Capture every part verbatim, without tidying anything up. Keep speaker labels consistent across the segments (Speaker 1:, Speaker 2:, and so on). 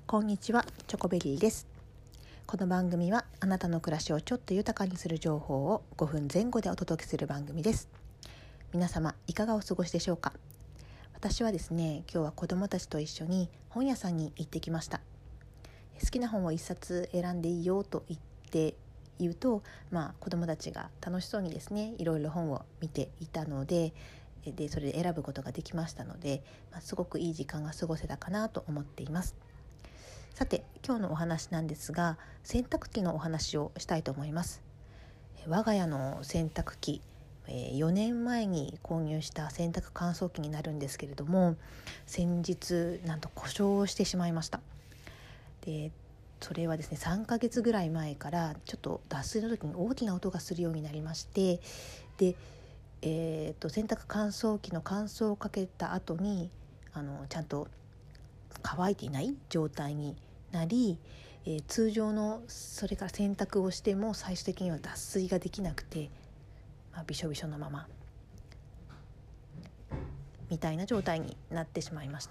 Speaker 1: こんにちは、チョコベリーです。この番組はあなたの暮らしをちょっと豊かにする情報をごふんぜん後でお届けする番組です。皆様いかがお過ごしでしょうか。私はですね、今日は子どもたちと一緒に本屋さんに行ってきました。好きな本を一冊選んでいいよと言って言うと、まあ、子どもたちが楽しそうにですね、いろいろ本を見ていたので、でそれで選ぶことができましたので、まあ、すごくいい時間が過ごせたかなと思っています。さて、今日のお話なんですが、洗濯機のお話をしたいと思います。我が家の洗濯機、よねんまえに購入した洗濯乾燥機になるんですけれども、先日なんと故障してしまいました。でそれはですね、さんかげつぐらい前からちょっと脱水の時に大きな音がするようになりまして、で、えー、と洗濯乾燥機の乾燥をかけた後にあのちゃんと乾いていない状態になり、えー、通常のそれから洗濯をしても最終的には脱水ができなくて、まあ、びしょびしょのままみたいな状態になってしまいました。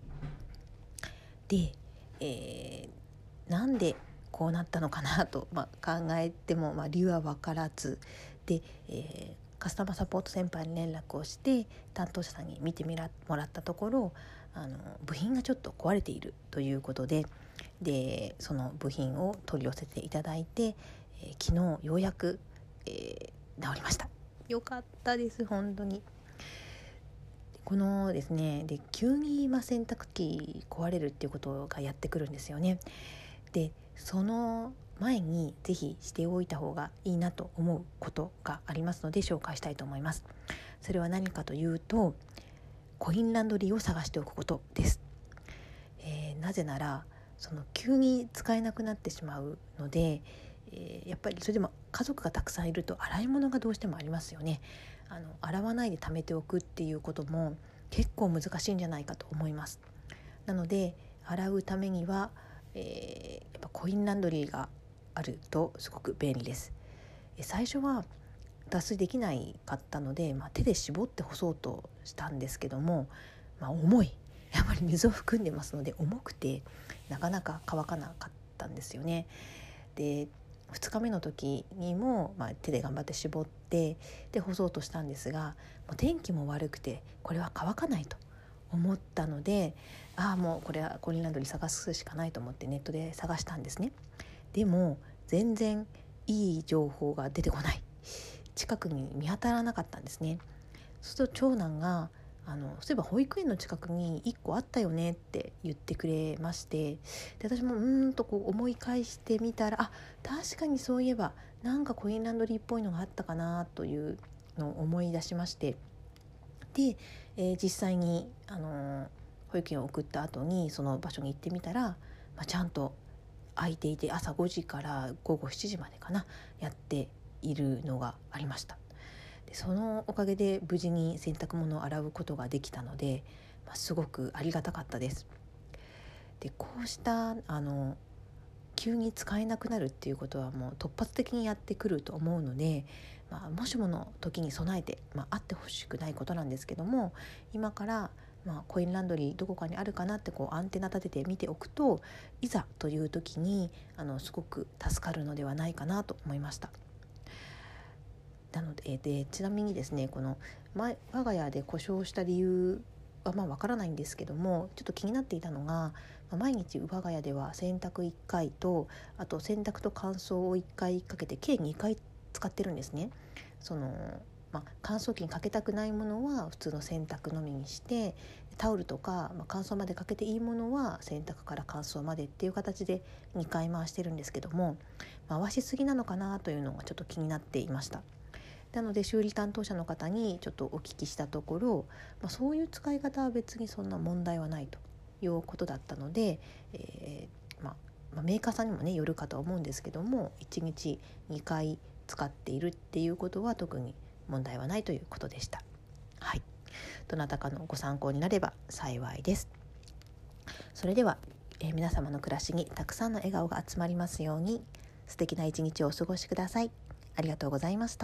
Speaker 1: で、えー、なんでこうなったのかなと、まあ、考えても、まあ、理由は分からずで、えー、カスタマーサポートセンターに連絡をして担当者さんに見てみらもらったところ、あの部品がちょっと壊れているということで、でその部品を取り寄せていただいて、えー、昨日ようやく、えー、治りました。よかったです、本当に。このですね、で急に今洗濯機壊れるっていうことがやってくるんですよね。でその前にぜひしておいた方がいいなと思うことがありますので紹介したいと思います。それは何かというと、コインランドリーを探しておくことです。えー、なぜならその急に使えなくなってしまうので、えー、やっぱりそれでも家族がたくさんいると洗い物がどうしてもありますよね。あの洗わないで貯めておくっていうことも結構難しいんじゃないかと思います。なので洗うためには、えー、やっぱコインランドリーがあるとすごく便利です。最初は脱水できないかったので、まあ、手で絞って干そうとしたんですけども、まあ、重いやっぱり水を含んでますので重くてなかなか乾かなかったんですよね。でふつかめの時にも、まあ、手で頑張って絞ってで干そうとしたんですが、もう天気も悪くてこれは乾かないと思ったので、ああもうこれはコインランドリー探すしかないと思ってネットで探したんですね。でも全然いい情報が出てこない、近くに見当たらなかったんですね。そうすると長男があのそういえば保育園の近くにいっこあったよねって言ってくれまして、で私もうーんとこう思い返してみたら、あ確かにそういえばなんかコインランドリーっぽいのがあったかなというのを思い出しまして、で、えー、実際に、あのー、保育園を送った後にその場所に行ってみたら、まあ、ちゃんと空いていて朝ごじからごごしちじまでかなやっているのがありました。でそのおかげで無事に洗濯物を洗うことができたので、まあ、すごくありがたかったです。でこうしたあの急に使えなくなるっていうことはもう突発的にやってくると思うので、まあ、もしもの時に備えて、まあ、あってほしくないことなんですけども、今から、まあ、コインランドリーどこかにあるかなってこうアンテナ立てて見ておくと、いざという時にあのすごく助かるのではないかなと思いました。なので、でちなみにですね、この我が家で故障した理由はまあわからないんですけども、ちょっと気になっていたのが、毎日我が家では洗濯いっかいと、あと洗濯と乾燥をいっかいかけて計にかい使ってるんですね。その、まあ、乾燥機にかけたくないものは普通の洗濯のみにして、タオルとか、まあ、乾燥までかけていいものは洗濯から乾燥までっていう形でにかい回してるんですけども、回しすぎなのかなというのがちょっと気になっていました。なので修理担当者の方にちょっとお聞きしたところ、まあ、そういう使い方は別にそんな問題はないということだったので、えーまあ、メーカーさんにもねよるかとは思うんですけども、いちにちにかい使っているっていうことは特に問題はないということでした。はい、どなたかのご参考になれば幸いです。それでは、えー、皆様の暮らしにたくさんの笑顔が集まりますように、素敵な一日をお過ごしください。ありがとうございました。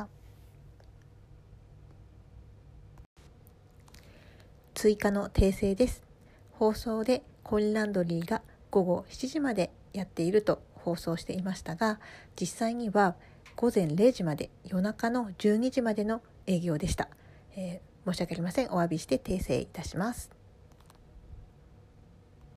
Speaker 1: 追加の訂正です。放送でコインランドリーが午後しちじまでやっていると放送していましたが、実際には午前れいじまで、夜中のじゅうにじまでの営業でした。えー、申し訳ありません。お詫びして訂正いたします。